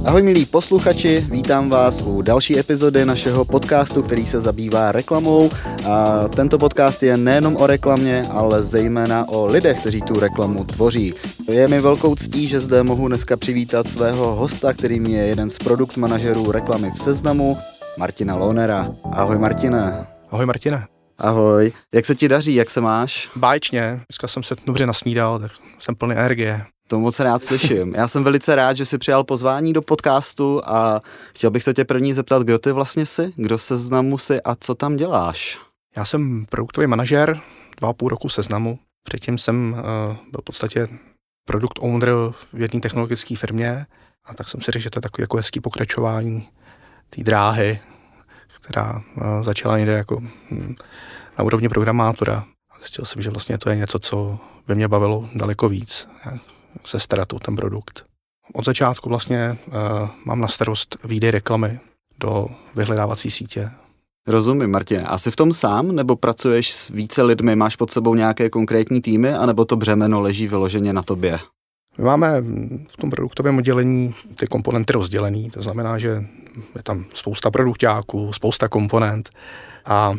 Ahoj milí posluchači, vítám vás u další epizody našeho podcastu, který se zabývá reklamou. A tento podcast je nejenom o reklamě, ale zejména o lidech, kteří tu reklamu tvoří. Je mi velkou ctí, že zde mohu dneska přivítat svého hosta, kterým je jeden z produkt manažerů reklamy v Seznamu, Martina Lohnera. Ahoj Martine. Ahoj Martine. Ahoj. Jak se ti daří, jak se máš? Báječně, dneska jsem se dobře nasnídal, tak jsem plný energie. To moc rád slyším. Já jsem velice rád, že jsi přijal pozvání do podcastu a chtěl bych se tě první zeptat, kdo ty vlastně jsi, kdo v Seznamu jsi a co tam děláš? Já jsem produktový manažer, 2,5 roku v Seznamu. Předtím jsem byl v podstatě product owner v jedné technologické firmě a tak jsem si řekl, že to je takový jako hezký pokračování té dráhy, která začala někde jako na úrovni programátora. A zjistil jsem, že vlastně to je něco, co by mě bavilo daleko víc, se starat o ten produkt. Od začátku vlastně mám na starost výdej reklamy do vyhledávací sítě. Rozumím, Martine. A jsi v tom sám, nebo pracuješ s více lidmi, máš pod sebou nějaké konkrétní týmy, anebo to břemeno leží vyloženě na tobě? My máme v tom produktovém oddělení ty komponenty rozdělený, to znamená, že je tam spousta produkťáků, spousta komponent a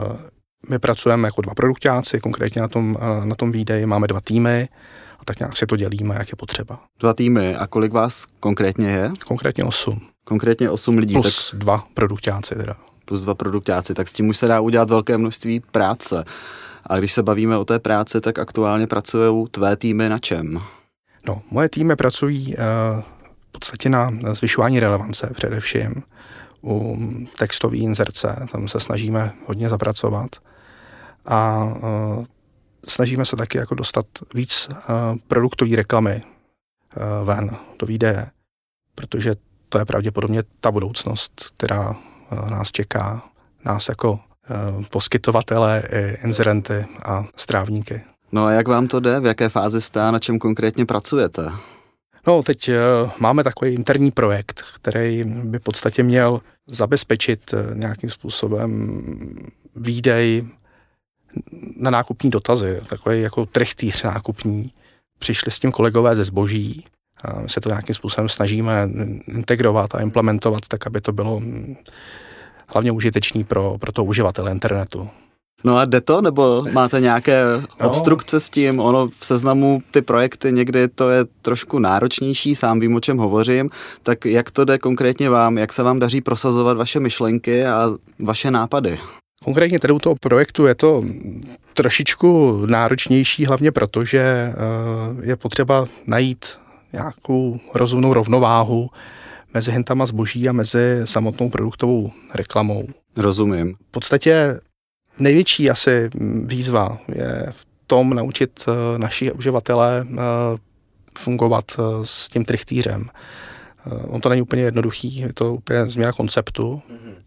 my pracujeme jako 2 produkťáci, konkrétně na tom výdeji máme 2 týmy a tak nějak si to dělíme, jak je potřeba. 2 týmy a kolik vás konkrétně je? Konkrétně 8. Konkrétně 8 lidí. Plus 2 produkťáci teda. Plus 2 produkťáci, tak s tím už se dá udělat velké množství práce. A když se bavíme o té práci, tak aktuálně pracují tvé týmy na čem? No, moje týmy pracují v podstatě na zvyšování relevance především. U textové inzerce, tam se snažíme hodně zapracovat a snažíme se taky jako dostat víc produktové reklamy ven do výdeje, protože to je pravděpodobně ta budoucnost, která nás čeká, nás jako poskytovatele, inzerenty a strávníky. No a jak vám to jde? V jaké fázi jste a na čem konkrétně pracujete? No, teď máme takový interní projekt, který by v podstatě měl zabezpečit nějakým způsobem výdej na nákupní dotazy, takový jako trychtýř nákupní. Přišli s tím kolegové ze zboží a my se to nějakým způsobem snažíme integrovat a implementovat tak, aby to bylo hlavně užitečný pro toho uživatele internetu. No a jde to, nebo máte nějaké obstrukce s tím? Ono v Seznamu ty projekty někdy to je trošku náročnější, sám vím, o čem hovořím, tak jak to jde konkrétně vám, jak se vám daří prosazovat vaše myšlenky a vaše nápady? Konkrétně tady u toho projektu je to trošičku náročnější, hlavně proto, že je potřeba najít nějakou rozumnou rovnováhu mezi hentama zboží a mezi samotnou produktovou reklamou. Rozumím. V podstatě největší asi výzva je v tom naučit naši uživatele fungovat s tím trychtýřem. On to není úplně jednoduchý, je to úplně změna konceptu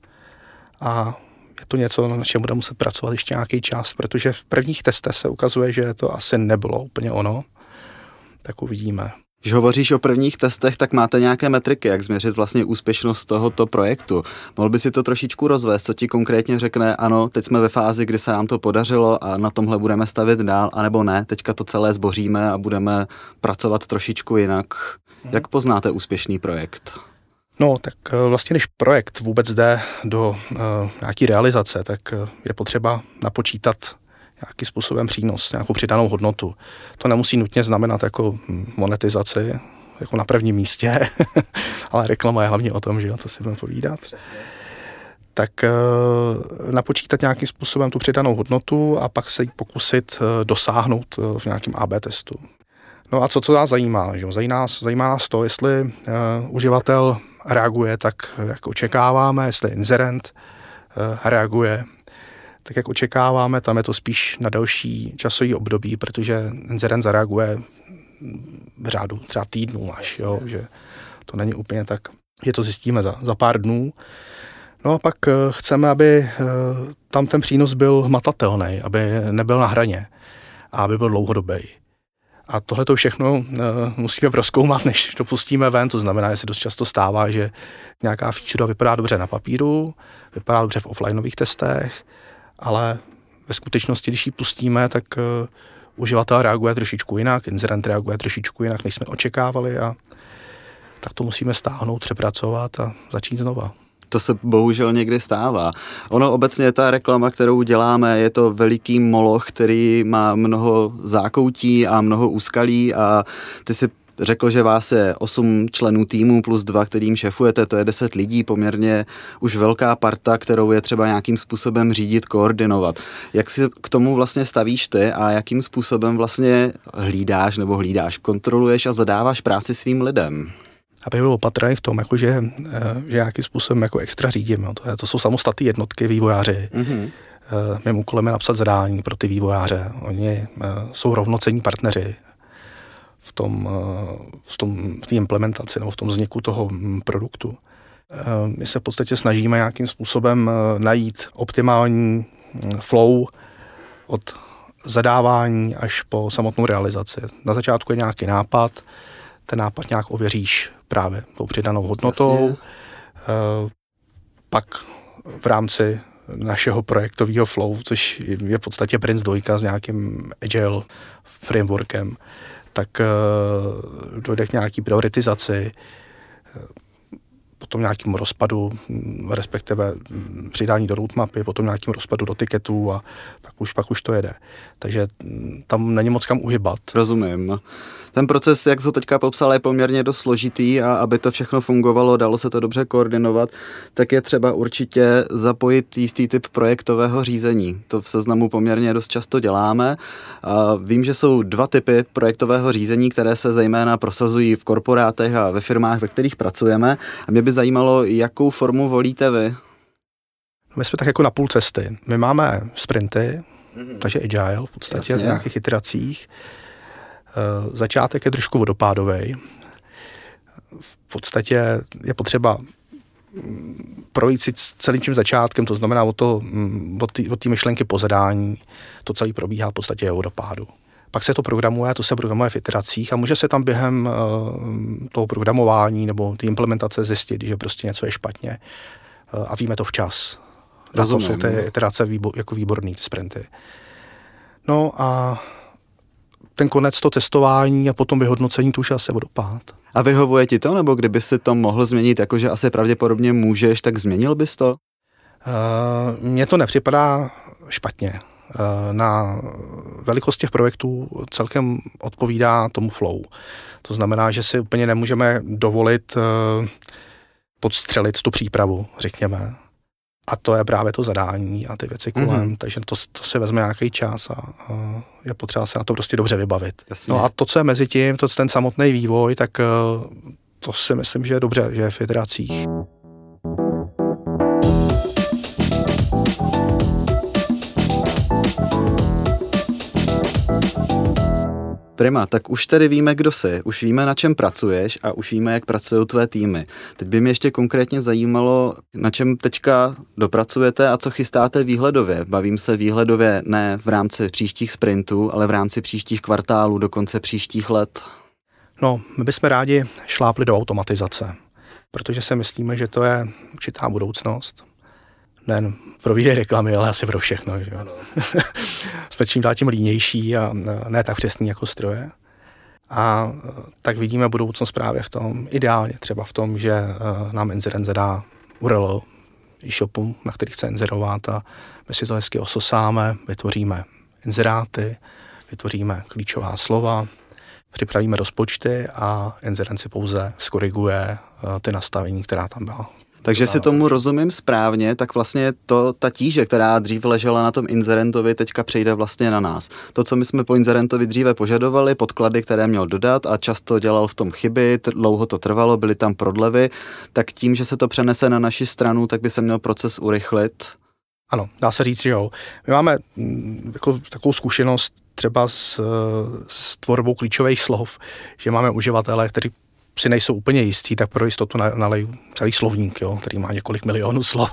a je to něco, na čem budeme muset pracovat ještě nějaký čas, protože v prvních testech se ukazuje, že to asi nebylo úplně ono, tak uvidíme. Když hovoříš o prvních testech, tak máte nějaké metriky, jak změřit vlastně úspěšnost tohoto projektu. Mohl by si to trošičku rozvést, co ti konkrétně řekne, ano, teď jsme ve fázi, kdy se nám to podařilo a na tomhle budeme stavět dál, anebo ne, teďka to celé zboříme a budeme pracovat trošičku jinak. Jak poznáte úspěšný projekt? No, tak vlastně, když projekt vůbec jde do nějaký realizace, tak je potřeba napočítat nějakým způsobem přínos, nějakou přidanou hodnotu. To nemusí nutně znamenat jako monetizaci, jako na prvním místě, ale reklama je hlavně o tom, že jo, to si budeme povídat. Přesně. Tak napočítat nějakým způsobem tu přidanou hodnotu a pak se ji pokusit dosáhnout v nějakém AB testu. No a co nás zajímá? Že? Zajímá nás to, jestli uživatel reaguje tak, jak očekáváme, jestli inzerent reaguje tak, jak očekáváme, tam je to spíš na delší časový období, protože inzerent zareaguje v řádu třeba týdnů až, jo, že to není úplně tak, že to zjistíme za pár dnů. No a pak chceme, aby tam ten přínos byl hmatatelný, aby nebyl na hraně a aby byl dlouhodobý. A tohle to všechno musíme prozkoumat, než to pustíme ven, to znamená, že se dost často stává, že nějaká feature vypadá dobře na papíru, vypadá dobře v offlineových testech, ale ve skutečnosti, když ji pustíme, tak uživatel reaguje trošičku jinak, inzerent reaguje trošičku jinak, než jsme očekávali a tak to musíme stáhnout, přepracovat a začít znova. To se bohužel někdy stává. Ono obecně ta reklama, kterou děláme, je to veliký moloch, který má mnoho zákoutí a mnoho úskalí a ty si řekl, že vás je 8 členů týmu plus 2, kterým šefujete, to je 10 lidí, poměrně už velká parta, kterou je třeba nějakým způsobem řídit, koordinovat. Jak si k tomu vlastně stavíš ty a jakým způsobem vlastně hlídáš, kontroluješ a zadáváš práci svým lidem? Abych byl opatrný v tom, že nějakým způsobem jako extra řídím. Jo. To jsou samostatné jednotky vývojáři. Mm-hmm. Mým úkolem je napsat zadání pro ty vývojáře. Oni jsou rovnocenní partneři v té implementaci nebo v tom vzniku toho produktu. My se v podstatě snažíme nějakým způsobem najít optimální flow od zadávání až po samotnou realizaci. Na začátku je nějaký nápad, ten nápad nějak ověříš právě tou přidanou hodnotou. Pak v rámci našeho projektového flow, což je v podstatě Prince 2 s nějakým agile frameworkem, tak dojde k nějaký prioritizaci, potom nějakému rozpadu, respektive přidání do roadmapy, potom nějakému rozpadu do tiketů a pak už to jede. Takže tam není moc kam uhybat. Rozumím. Ten proces, jak jsi ho teďka popsal, je poměrně dost složitý a aby to všechno fungovalo, dalo se to dobře koordinovat, tak je třeba určitě zapojit jistý typ projektového řízení. To v Seznamu poměrně dost často děláme. A vím, že jsou 2 typy projektového řízení, které se zejména prosazují v korporátech a ve firmách, ve kterých pracujeme. A mě by zajímalo, jakou formu volíte vy? My jsme tak jako na půl cesty. My máme sprinty, takže agile v podstatě v nějakých iteracích. Začátek je trošku vodopádovej. V podstatě je potřeba projít si celým tím začátkem, to znamená od té myšlenky po zadání. To celé probíhá v podstatě vodopádu. Pak se to programuje, to se programuje v iteracích a může se tam během toho programování nebo té implementace zjistit, že prostě něco je špatně a víme to včas. Na to jsou ty iterace jako výborný, ty sprinty. No a ten konec, to testování a potom vyhodnocení, to už asi vodopád. A vyhovuje ti to, nebo kdyby si to mohl změnit, jakože asi pravděpodobně můžeš, tak změnil bys to? Mně to nepřipadá špatně. Na velikost těch projektů celkem odpovídá tomu flow. To znamená, že si úplně nemůžeme dovolit podstřelit tu přípravu, řekněme. A to je právě to zadání a ty věci kolem, takže to si vezme nějaký čas a je potřeba se na to prostě dobře vybavit. Jasně. No a to, co je mezi tím, ten samotný vývoj, tak to si myslím, že je dobře, že je v iteracích. Prima, tak už tedy víme, kdo jsi, už víme, na čem pracuješ a už víme, jak pracují tvé týmy. Teď by mě ještě konkrétně zajímalo, na čem teďka dopracujete a co chystáte výhledově. Bavím se výhledově ne v rámci příštích sprintů, ale v rámci příštích kvartálů, dokonce příštích let. No, my bychom rádi šlápli do automatizace, protože si myslíme, že to je určitá budoucnost. Nejen pro výdej reklamy, ale asi pro všechno. Že? Jsme čím dál tím línější a ne tak přesný jako stroje. A tak vidíme budoucnost právě v tom, ideálně třeba v tom, že nám inzerent zadá URL e-shopu, na který chce inzerovat a my si to hezky ososáme, vytvoříme inzeráty, vytvoříme klíčová slova, připravíme rozpočty a inzerent si pouze skoriguje ty nastavení, která tam byla. Takže si tomu rozumím správně, tak vlastně ta tíže, která dřív ležela na tom inzerentovi, teďka přejde vlastně na nás. To, co my jsme po inzerentovi dříve požadovali, podklady, které měl dodat a často dělal v tom chyby, dlouho to trvalo, byly tam prodlevy, tak tím, že se to přenese na naši stranu, tak by se měl proces urychlit. Ano, dá se říct, že jo. My máme takovou zkušenost třeba s tvorbou klíčových slov, že máme uživatele, kteří si nejsou úplně jistí, tak pro jistotu nalejí celý slovník, jo, který má několik milionů slov.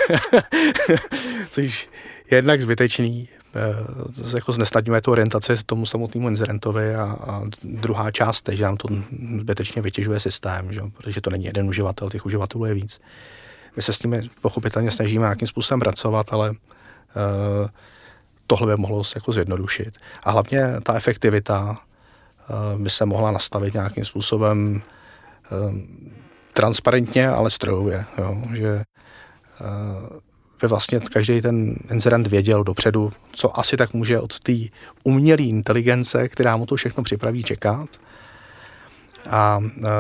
Což je jednak zbytečný, jako znesnadňuje tu orientaci tomu samotnému inzerentovi a druhá část, že nám to zbytečně vytěžuje systém, že? Protože to není jeden uživatel, těch uživatelů je víc. My se s nimi pochopitelně snažíme nějakým způsobem pracovat, ale tohle by mohlo se jako zjednodušit. A hlavně ta efektivita by se mohla nastavit nějakým způsobem transparentně, ale strojově, jo, že by vlastně každý ten inzerent věděl dopředu, co asi tak může od té umělé inteligence, která mu to všechno připraví, čekat. A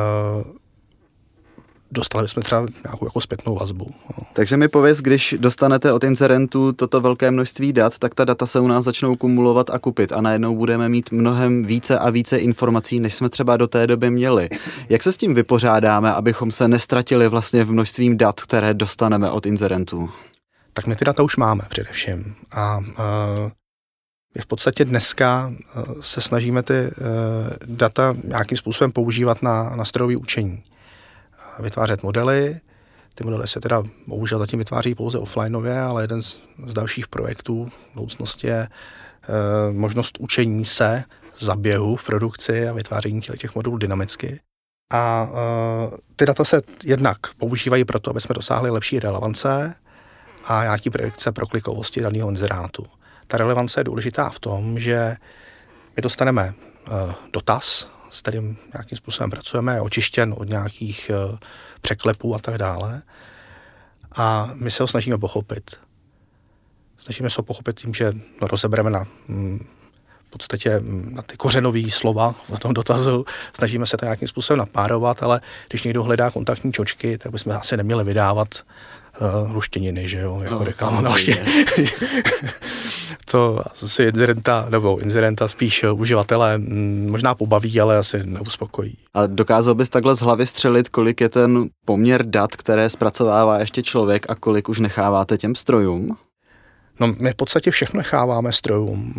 dostali jsme třeba nějakou jako zpětnou vazbu. No. Takže mi pověz, když dostanete od inzerentů toto velké množství dat, tak ta data se u nás začnou kumulovat a kupit a najednou budeme mít mnohem více a více informací, než jsme třeba do té doby měli. Jak se s tím vypořádáme, abychom se nestratili vlastně v množstvím dat, které dostaneme od inzerentů? Tak my ty data už máme především. A v podstatě dneska se snažíme ty data nějakým způsobem používat na strojové učení. Vytvářet modely. Ty modely se teda bohužel zatím vytváří pouze offlineově, ale jeden z dalších projektů v budoucnosti je možnost učení se za běhu v produkci a vytváření těch modulů dynamicky. A ty data se jednak používají proto, aby jsme dosáhli lepší relevance a nějaký predikce pro klikovosti daného inzerátu. Ta relevance je důležitá v tom, že my dostaneme dotaz, s kterým nějakým způsobem pracujeme, je očištěn od nějakých překlepů a tak dále. A my se ho snažíme pochopit. Snažíme se ho pochopit tím, že rozebereme v podstatě na ty kořenové slova v tom dotazu. Snažíme se to nějakým způsobem napárovat, ale když někdo hledá kontaktní čočky, tak bychom asi neměli vydávat ruštěniny, že jo, jako reklama. To asi inzerenta spíš uživatele možná pobaví, ale asi neuspokojí. A dokázal bys takhle z hlavy střelit, kolik je ten poměr dat, které zpracovává ještě člověk a kolik už necháváte těm strojům? No, my v podstatě všechno necháváme strojům.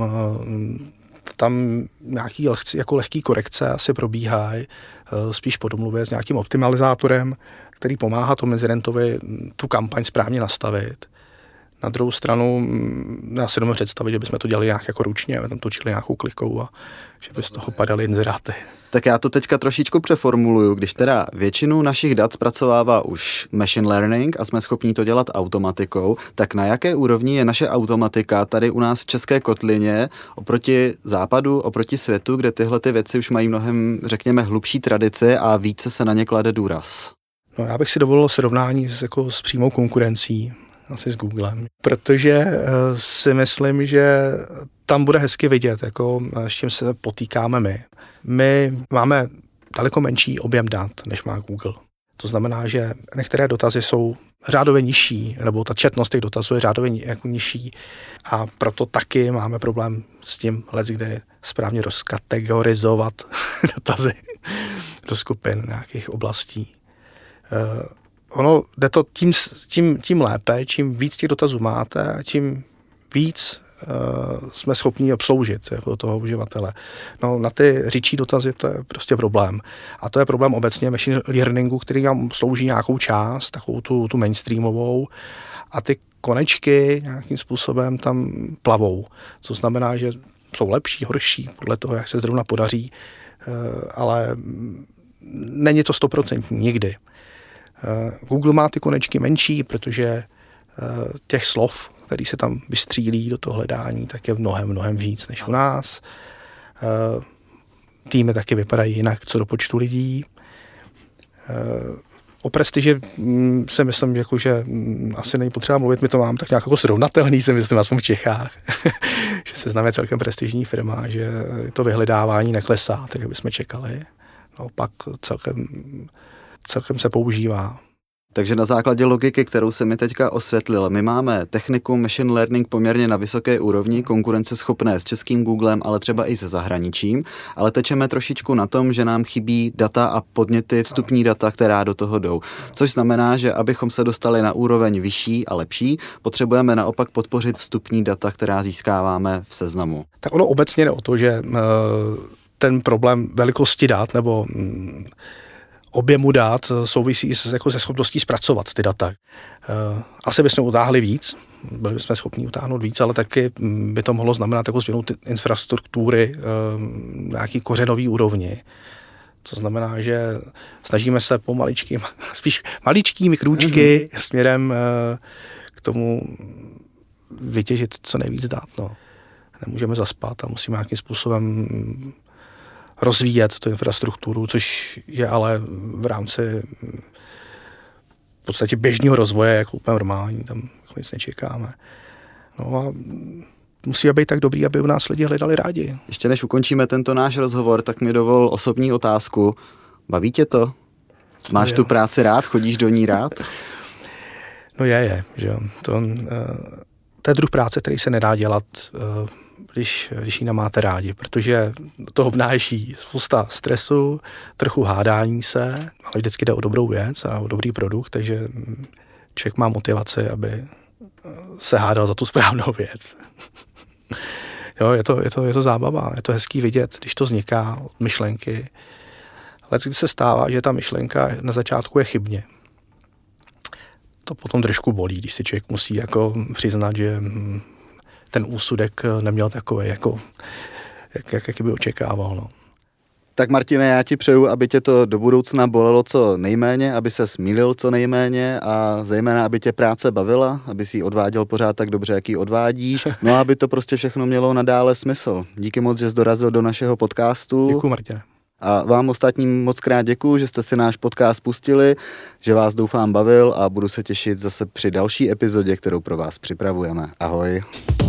Tam nějaký lehký korekce asi probíhají, spíš po domluvě s nějakým optimalizátorem, který pomáhá tomu inzerentovi tu kampaň správně nastavit. Na druhou stranu, já si domůžu představit, že bychom to dělali nějak jako ručně, aby tam točili nějakou klikou a že by z toho padaly inzeráty. Tak já to teďka trošičku přeformuluju. Když teda většinu našich dat zpracovává už machine learning a jsme schopni to dělat automatikou, tak na jaké úrovni je naše automatika tady u nás v české kotlině oproti západu, oproti světu, kde tyhle ty věci už mají mnohem, řekněme, hlubší tradici a více se na ně klade důraz? No, já bych si dovolil srovnání s přímou konkurencí, asi s Googlem, protože si myslím, že tam bude hezky vidět, jako s čím se potýkáme my. My máme daleko menší objem dat, než má Google. To znamená, že některé dotazy jsou řádově nižší, nebo ta četnost těch dotazů je řádově jako nižší a proto taky máme problém s tím kde správně rozkategorizovat dotazy do skupin nějakých oblastí. Ono jde to tím lépe, čím víc těch dotazů máte, tím víc jsme schopni obsloužit jako toho uživatele. No, na ty řidčí dotazy to je prostě problém. A to je problém obecně machine learningu, který nám slouží nějakou část, takovou tu mainstreamovou, a ty konečky nějakým způsobem tam plavou. Co znamená, že jsou lepší, horší, podle toho, jak se zrovna podaří, ale není to 100% nikdy. Google má ty konečky menší, protože těch slov, který se tam vystřílí do toho hledání, tak je mnohem víc než u nás. Týmy taky vypadají jinak, co do počtu lidí. O prestiži si myslím, že asi není potřeba mluvit, my to mám tak nějak jako srovnatelný, si myslím, aspoň v Čechách. Že Seznam je celkem prestižní firma, že to vyhledávání neklesá, tak jak bychom čekali. No, pak celkem se používá. Takže na základě logiky, kterou se mi teďka osvětlil, my máme techniku machine learning poměrně na vysoké úrovni, konkurenceschopné s českým Googlem, ale třeba i se zahraničím, ale tečeme trošičku na tom, že nám chybí data a podněty, vstupní data, která do toho jdou. Což znamená, že abychom se dostali na úroveň vyšší a lepší, potřebujeme naopak podpořit vstupní data, která získáváme v Seznamu. Tak ono obecně jde o to, že ten problém velikosti dat nebo objemu dat souvisí se schopností zpracovat ty data. Asi bychom utáhli víc, byli bychom schopni utáhnout víc, ale taky by to mohlo znamenat jako změnu infrastruktury nějaký kořenový úrovni. To znamená, že snažíme se spíš maličkými krůčky směrem k tomu vytěžit co nejvíc dat. No. Nemůžeme zaspat a musíme nějakým způsobem rozvíjet tu infrastrukturu, což je ale v rámci v podstatě běžného rozvoje jako úplně normální, tam jako nic nečekáme. No a musí být tak dobrý, aby u nás lidi hledali rádi. Ještě než ukončíme tento náš rozhovor, tak mi dovol osobní otázku. Baví tě to? Máš tu práci rád? Chodíš do ní rád? No je, že jo. To je druh práce, který se nedá dělat, když ji nemáte rádi, protože to obnáší spousta stresu, trochu hádání se, ale vždycky jde o dobrou věc a o dobrý produkt, takže člověk má motivaci, aby se hádal za tu správnou věc. Jo, je to zábava, je to hezký vidět, když to vzniká od myšlenky. Ale když se stává, že ta myšlenka na začátku je chybně. To potom trošku bolí, když si člověk musí jako přiznat, že ten úsudek neměl takový, jako, jaký by očekával. No. Tak Martine, já ti přeju, aby tě to do budoucna bolelo co nejméně, aby se smílil co nejméně a zejména, aby tě práce bavila, aby si ji odváděl pořád tak dobře, jak ji odvádíš, no a aby to prostě všechno mělo nadále smysl. Díky moc, že jsi dorazil do našeho podcastu. Děkuji, Martine. A vám ostatním moc krát děkuju, že jste si náš podcast pustili, že vás doufám bavil a budu se těšit zase při další epizodě, kterou pro vás připravujeme. Ahoj.